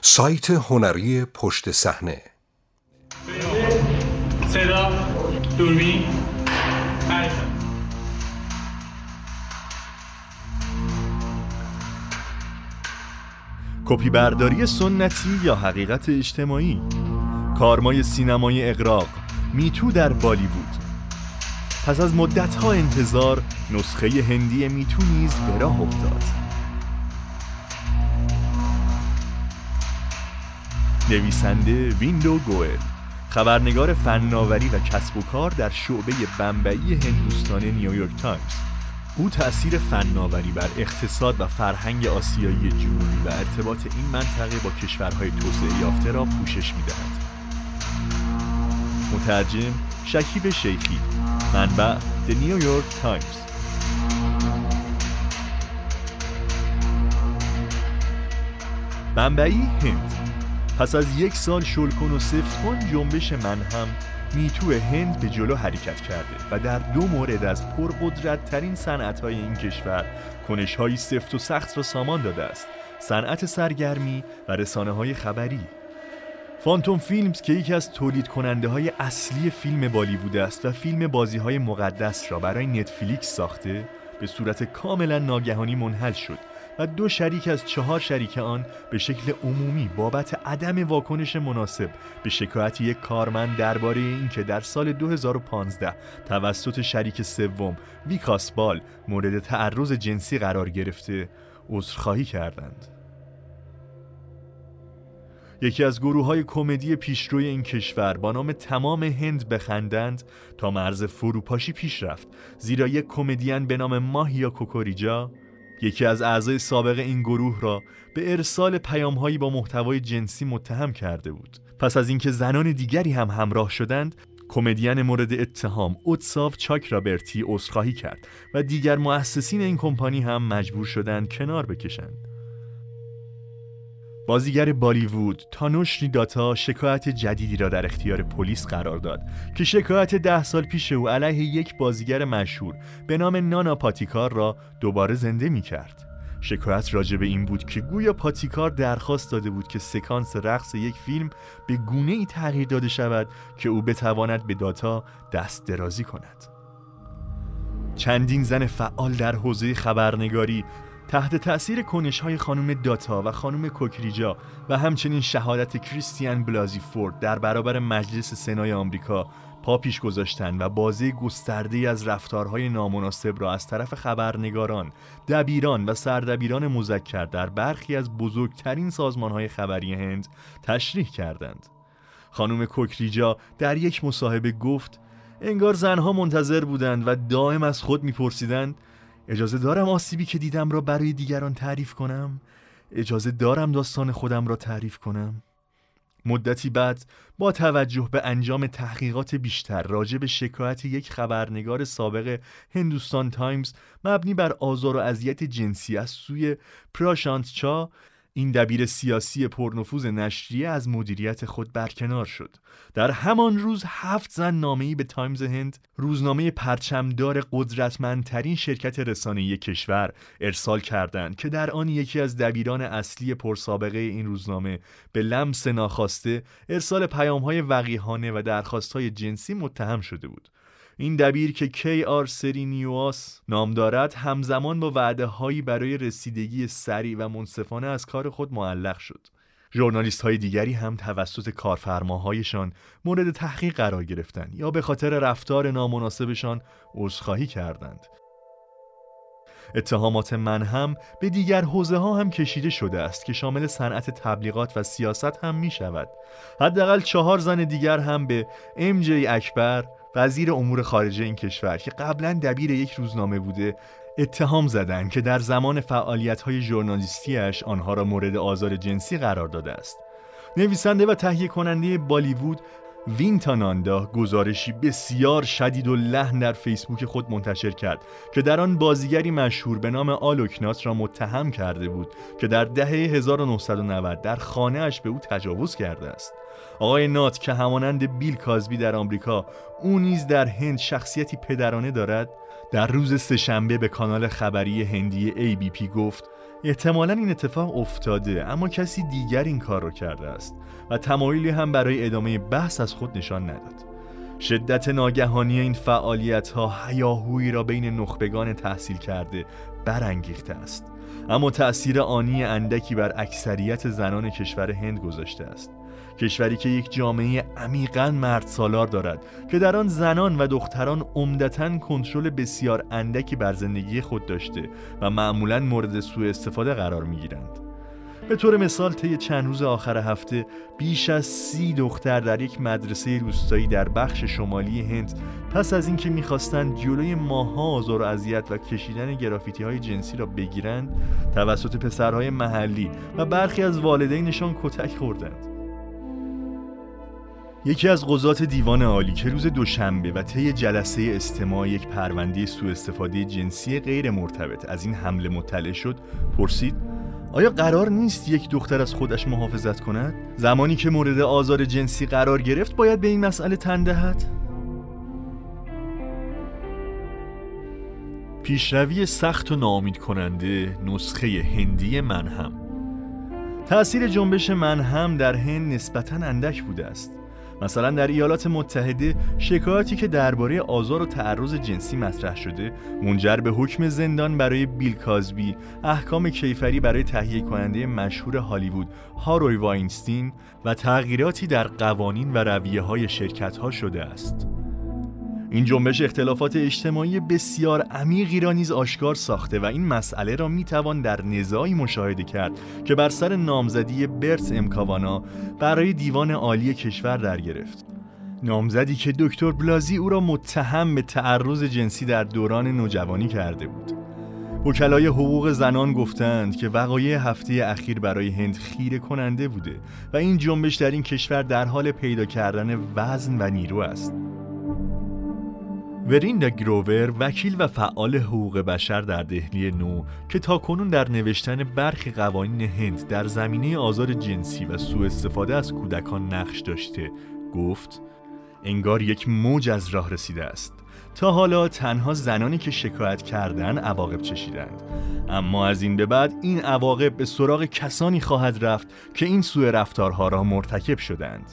سایت هنری پشت صحنه. صدا، دوربین، حرکت. کپی برداری سنتی یا حقیقت اجتماعی، کارمای سینمایی اغراق، میتو در بالیوود. پس از مدت‌ها انتظار نسخه هندی میتو نیز به راه افتاد. نویسنده ویندو گوئل، خبرنگار فناوری و کسب و کار در شعبه بمبئی هندوستانی نیویورک تایمز. او تأثیر فناوری بر اقتصاد و فرهنگ آسیایی جنوبی و ارتباط این منطقه با کشورهای توسعه یافته را پوشش می‌دهد. مترجم شکیب شیخی. منبع The New York Times. بمبئی هند. پس از 1 سال شلکن و سفت کن جنبش منهم میتو هند به جلو حرکت کرده و در 2 مورد از پرقدرت ترین صنعت‌های این کشور کنش‌های سفت و سخت را سامان داده است: صنعت سرگرمی و رسانه‌های خبری. فانتوم فیلمز که یکی از تولید کننده های اصلی فیلم بالیوود است و فیلم بازی‌های مقدس را برای نتفلیکس ساخته، به صورت کاملا ناگهانی منحل شد و 2 شریک از 4 شریک آن به شکل عمومی بابت عدم واکنش مناسب به شکایت یک کارمند درباره اینکه در سال 2015 توسط شریک سوم ویکاس بال مورد تعرض جنسی قرار گرفته عذرخواهی کردند. یکی از گروه‌های کمدی پیشروی این کشور با نام تمام هند بخندند تا مرز فروپاشی پیش رفت، زیرا یک کمدین به نام ماهیا کوکوریجا، یکی از اعضای سابق این گروه، را به ارسال پیام‌هایی با محتوای جنسی متهم کرده بود. پس از اینکه زنان دیگری هم همراه شدند، کمدین مورد اتهام اوتساو چاکرابرتی عذرخواهی کرد و دیگر مؤسسین این کمپانی هم مجبور شدند کنار بکشند. بازیگر بالیوود تانوش نیداتا شکایت جدیدی را در اختیار پلیس قرار داد که شکایت 10 سال پیش او علیه یک بازیگر مشهور به نام نانا پاتیکار را دوباره زنده می کرد. شکایت راجع به این بود که گویا پاتیکار درخواست داده بود که سکانس رقص یک فیلم به گونه‌ای تغییر داده شود که او بتواند به داتا دست درازی کند. چندین زن فعال در حوزه خبرنگاری تحت تأثیر کنش‌های خانم داتا و خانم کوکریجا و همچنین شهادت کریستیان بلازی فورد در برابر مجلس سنای آمریکا پا پیش گذاشتند و بازی گسترده‌ای از رفتارهای نامناسب را از طرف خبرنگاران، دبیران و سردبیران مذکر در برخی از بزرگترین سازمان‌های خبری هند تشریح کردند. خانم کوکریجا در یک مصاحبه گفت: انگار زنها منتظر بودند و دائم از خود می‌پرسیدند اجازه دارم آسیبی که دیدم را برای دیگران تعریف کنم؟ اجازه دارم داستان خودم را تعریف کنم؟ مدتی بعد با توجه به انجام تحقیقات بیشتر راجع به شکایت یک خبرنگار سابق هندوستان تایمز مبنی بر آزار و اذیت جنسی از سوی پراشانت چا، این دبیر سیاسی پرنفوذ نشریه از مدیریت خود برکنار شد. در همان روز 7 زن نامه‌ای به تایمز هند، روزنامه پرچمدار قدرتمندترین شرکت رسانه‌ای کشور، ارسال کردند که در آن یکی از دبیران اصلی پرسابقه این روزنامه به لمس ناخواسته ارسال پیام‌های وقیحانه و درخواست‌های جنسی متهم شده بود. این دبیر که KR سرینیواس نام دارد همزمان با وعده‌هایی برای رسیدگی سریع و منصفانه از کار خود معلق شد. ژورنالیست‌های دیگری هم توسط کارفرماهایشان مورد تحقیق قرار گرفتند یا به خاطر رفتار نامناسبشان عذرخواهی کردند. اتهامات منهم به دیگر حوزه‌ها هم کشیده شده است که شامل صنعت تبلیغات و سیاست هم می‌شود. حداقل 4 زن دیگر هم به MJ اکبر، وزیر امور خارجه این کشور که قبلا دبیر یک روزنامه بوده، اتهام زدند که در زمان فعالیت‌های ژورنالیستی‌اش آنها را مورد آزار جنسی قرار داده است. نویسنده و تهیه کننده بالیوود وینتاناندا گزارشی بسیار شدید و لحن در فیسبوک خود منتشر کرد که در آن بازیگری مشهور به نام آلوکنات را متهم کرده بود که در دهه 1990 در خانه‌اش به او تجاوز کرده است. آقای نات که همانند بیل کازبی در آمریکا او نیز در هند شخصیتی پدرانه دارد، در روز سه‌شنبه به کانال خبری هندی ABP گفت: احتمالاً این اتفاق افتاده، اما کسی دیگر این کار رو کرده است و تمایلی هم برای ادامه بحث از خود نشان نداد. شدت ناگهانی این فعالیت‌ها هیاهویی را بین نخبگان تحصیل کرده برانگیخته است، اما تأثیر آنی اندکی بر اکثریت زنان کشور هند گذاشته است. کشوری که یک جامعه عمیقاً مرد سالار دارد که در آن زنان و دختران عمدتاً کنترل بسیار اندکی بر زندگی خود داشته و معمولاً مورد سوء استفاده قرار می‌گیرند. به طور مثال طی چند روز آخر هفته بیش از 30 دختر در یک مدرسه روستایی در بخش شمالی هند پس از اینکه می‌خواستند جلوی ماه‌ها آزار و اذیت و کشیدن گرافیتی‌های جنسی را بگیرند، توسط پسرهای محلی و برخی از والدینشان کتک خوردند. یکی از قضات دیوان عالی که روز دوشنبه و طی جلسه استماع یک پرونده سوء استفاده جنسی غیر مرتبط از این حمله مطلع شد، پرسید: آیا قرار نیست یک دختر از خودش محافظت کند؟ زمانی که مورد آزار جنسی قرار گرفت باید به این مسئله تن دهد؟ پیشروی سخت و ناامید کننده نسخه هندی منهم. تأثیر جنبش منهم در هند نسبتاً اندک بوده است. مثلا در ایالات متحده شکایاتی که درباره آزار و تعرض جنسی مطرح شده منجر به حکم زندان برای بیل کازبی، احکام کیفری برای تهیه کننده مشهور هالیوود هاروی واینستین و تغییراتی در قوانین و رویه‌های شرکت‌ها شده است. این جنبش اختلافات اجتماعی بسیار عمیقی را نیز آشکار ساخته و این مسئله را میتوان در نزاعی مشاهده کرد که بر سر نامزدی برت امکاوانا برای دیوان عالی کشور در گرفت. نامزدی که دکتر بلازی او را متهم به تعرض جنسی در دوران نوجوانی کرده بود. وکلای حقوق زنان گفتند که وقایع هفته اخیر برای هند خیره کننده بوده و این جنبش در این کشور در حال پیدا کردن وزن و نیرو است. وریندا گروور، وکیل و فعال حقوق بشر در دهلی نو که تاکنون در نوشتن برخی قوانین هند در زمینه آزار جنسی و سوء استفاده از کودکان نقش داشته، گفت: انگار یک موج از راه رسیده است. تا حالا تنها زنانی که شکایت کردند عواقب چشیدند، اما از این به بعد این عواقب به سراغ کسانی خواهد رفت که این سوء رفتارها را مرتکب شدند.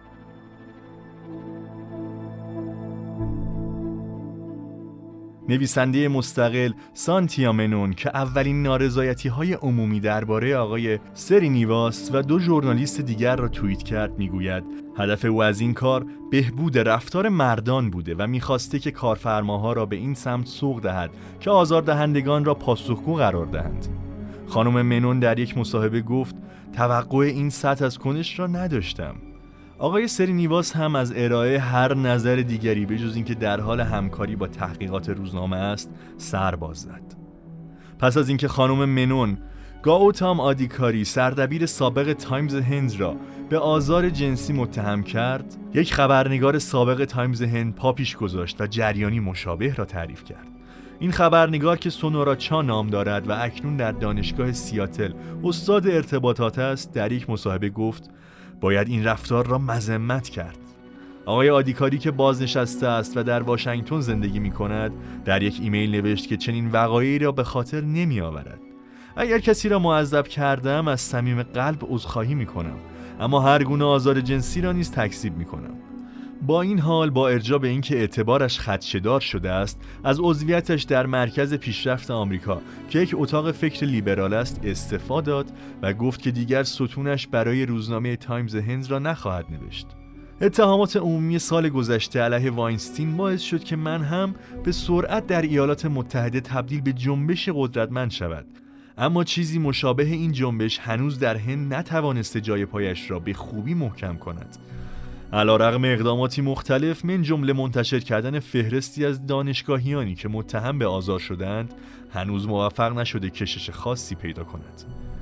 نویسنده مستقل سانتیا منون که اولین نارضایتی‌های عمومی درباره آقای سرینیواس و 2 ژورنالیست دیگر را توییت کرد، میگوید هدف او از این کار بهبود رفتار مردان بوده و می‌خواسته که کارفرماها را به این سمت سوق دهد که آزاردهندگان را پاسخگو قرار دهند. خانم منون در یک مصاحبه گفت: توقع این سطح از کنش را نداشتم. آقای سرینیواس هم از ارائه هر نظر دیگری به جز اینکه در حال همکاری با تحقیقات روزنامه است سر باز زد. پس از اینکه خانم منون گاوتام آدیکاری، سردبیر سابق تایمز هند را به آزار جنسی متهم کرد، یک خبرنگار سابق تایمز هند پا پیش گذاشت و جریانی مشابه را تعریف کرد. این خبرنگار که سونورا چا نام دارد و اکنون در دانشگاه سیاتل استاد ارتباطات است، در یک مصاحبه گفت: باید این رفتار را مذمت کرد. آقای آدیکاری که بازنشسته است و در واشنگتن زندگی می کند در یک ایمیل نوشت که چنین وقایعی را به خاطر نمی آورد. اگر کسی را معذب کردم از صمیم قلب عذرخواهی می کنم، اما هر گونه آزار جنسی را نیز تکذیب می کنم. با این حال با ارجاع به اینکه اعتبارش خدشه‌دار شده است، از عضویتش در مرکز پیشرفت آمریکا که یک اتاق فکر لیبرال است استعفا داد و گفت که دیگر ستونش برای روزنامه تایمز هند را نخواهد نوشت. اتهامات عمومی سال گذشته علیه واینستین باعث شد که من هم به سرعت در ایالات متحده تبدیل به جنبش قدرتمند شود، اما چیزی مشابه این جنبش هنوز در هند نتوانسته جای پایش را به خوبی محکم کند. علیرغم اقداماتی مختلف من جمله منتشر کردن فهرستی از دانشگاهیانی که متهم به آزار شدند، هنوز موفق نشده کشش خاصی پیدا کند.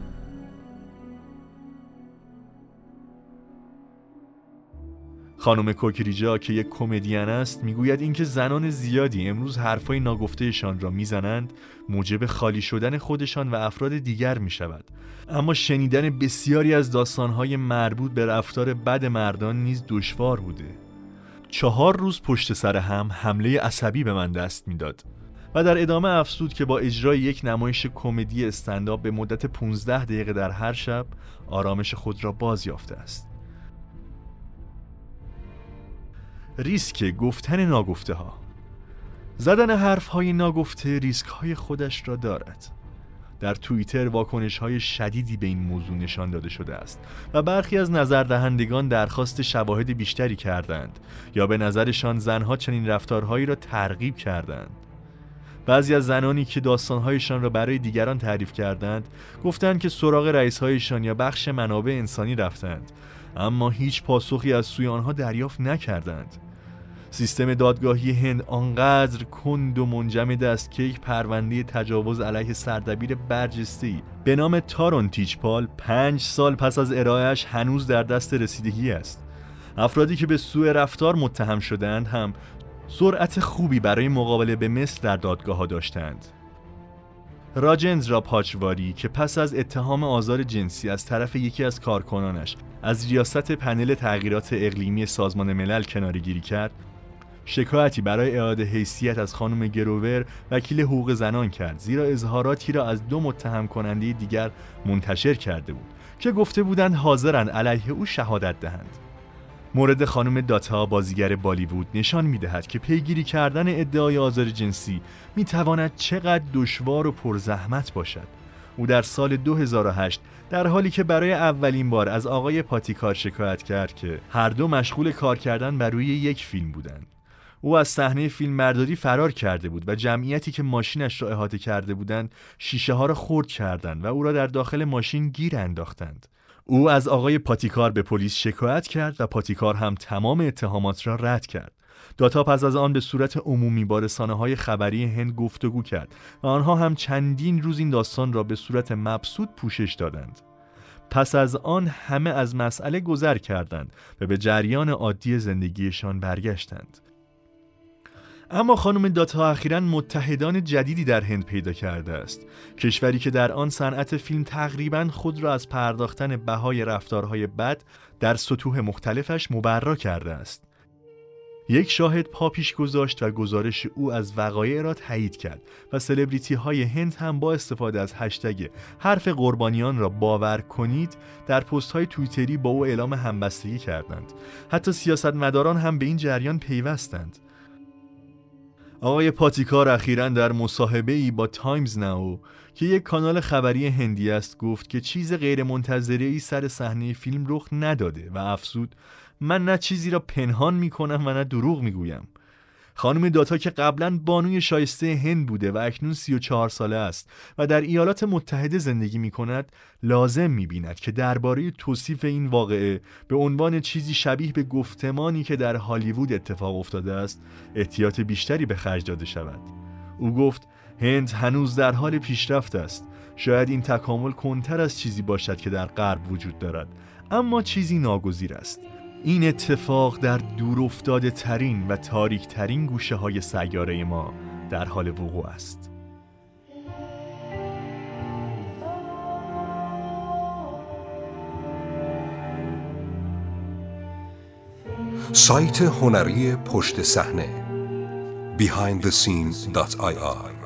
خانم کوکریجا که یک کمدین است میگوید اینکه زنان زیادی امروز حرفای ناگفتهشان را میزنند موجب خالی شدن خودشان و افراد دیگر میشود، اما شنیدن بسیاری از داستانهای مربوط به رفتار بد مردان نیز دشوار بوده. 4 روز پشت سر هم حمله عصبی به من دست میداد. و در ادامه افزود که با اجرای یک نمایش کمدی استندآپ به مدت 15 دقیقه در هر شب آرامش خود را باز یافته است. ریسک گفتن ناگفته ها. زدن حرف های ناگفته ریسک های خودش را دارد. در توییتر واکنش های شدیدی به این موضوع نشان داده شده است و برخی از نظردهندگان درخواست شواهد بیشتری کردند یا به نظرشان زنها چنین رفتارهایی را ترغیب کردند. بعضی از زنانی که داستانهایشان را برای دیگران تعریف کردند گفتند که سراغ رئیسهایشان یا بخش منابع انسانی رفتند، اما هیچ پاسخی از سوی آنها دریافت نکردند. سیستم دادگاهی هند آنقدر کند و منجمد است که یک پرونده تجاوز علیه سردبیر برجسته‌ای به نام تارون تیچپال 5 سال پس از ارائهش هنوز در دست رسیدگی است. افرادی که به سوء رفتار متهم شدند هم سرعت خوبی برای مقابله به مثل در دادگاه‌ها داشتند. راجندرا پاچواری که پس از اتهام آزار جنسی از طرف یکی از کارکنانش از ریاست پنل تغییرات اقلیمی سازمان ملل کناره‌گیری کرد، شکایتی برای اعاده حیثیت از خانم گروور وکیل حقوق زنان کرد، زیرا اظهاراتی را از 2 متهم کننده دیگر منتشر کرده بود که گفته بودند حاضرند علیه او شهادت دهند. مورد خانم داتا بازیگر بالیوود نشان می‌دهد که پیگیری کردن ادعای آزار جنسی می‌تواند چقدر دشوار و پرزحمت باشد. او در سال 2008 در حالی که برای اولین بار از آقای پاتیکار شکایت کرد که هر دو مشغول کار کردن بر روی یک فیلم بودند. او از صحنه فیلمبرداری فرار کرده بود و جمعیتی که ماشینش را احاطه کرده بودند شیشه ها را خرد کردند و او را در داخل ماشین گیر انداختند. او از آقای پاتیکار به پلیس شکایت کرد و پاتیکار هم تمام اتهامات را رد کرد. داتا پس از آن به صورت عمومی با رسانه‌های خبری هند گفتگو کرد و آنها هم چندین روز این داستان را به صورت مبسوط پوشش دادند. پس از آن همه از مسئله گذر کردند و به جریان عادی زندگیشان برگشتند. اما خانم داتا اخیراً متحدان جدیدی در هند پیدا کرده است، کشوری که در آن صنعت فیلم تقریباً خود را از پرداختن بهای رفتارهای بد در سطوح مختلفش مبرا کرده است. یک شاهد پا پیش گذاشت و گزارش او از وقایع را تایید کرد و سلبریتی های هند هم با استفاده از هشتگ حرف قربانیان را باور کنید در پست های توییتری با او اعلام همبستگی کردند. حتی سیاستمداران هم به این جریان پیوستند. آقای پاتیکار اخیراً در مصاحبه‌ای با تایمز ناو که یک کانال خبری هندی است گفت که چیز غیر منتظره‌ای سر صحنه فیلم رخ نداده و افزود من نه چیزی را پنهان می‌کنم و نه دروغ می‌گویم. خانم داتا که قبلاً بانوی شایسته هند بوده و اکنون 34 ساله است و در ایالات متحده زندگی می‌کند، لازم می‌بیند که درباره توصیف این واقعه به عنوان چیزی شبیه به گفتمانی که در هالیوود اتفاق افتاده است، احتیاط بیشتری به خرج داده شود. او گفت هند هنوز در حال پیشرفت است. شاید این تکامل کندتر از چیزی باشد که در غرب وجود دارد، اما چیزی ناگزیر است. این اتفاق در دور افتاده ترین و تاریک ترین گوشه های سیاره ما در حال وقوع است. سایت هنری پشت صحنه behindthescene.ir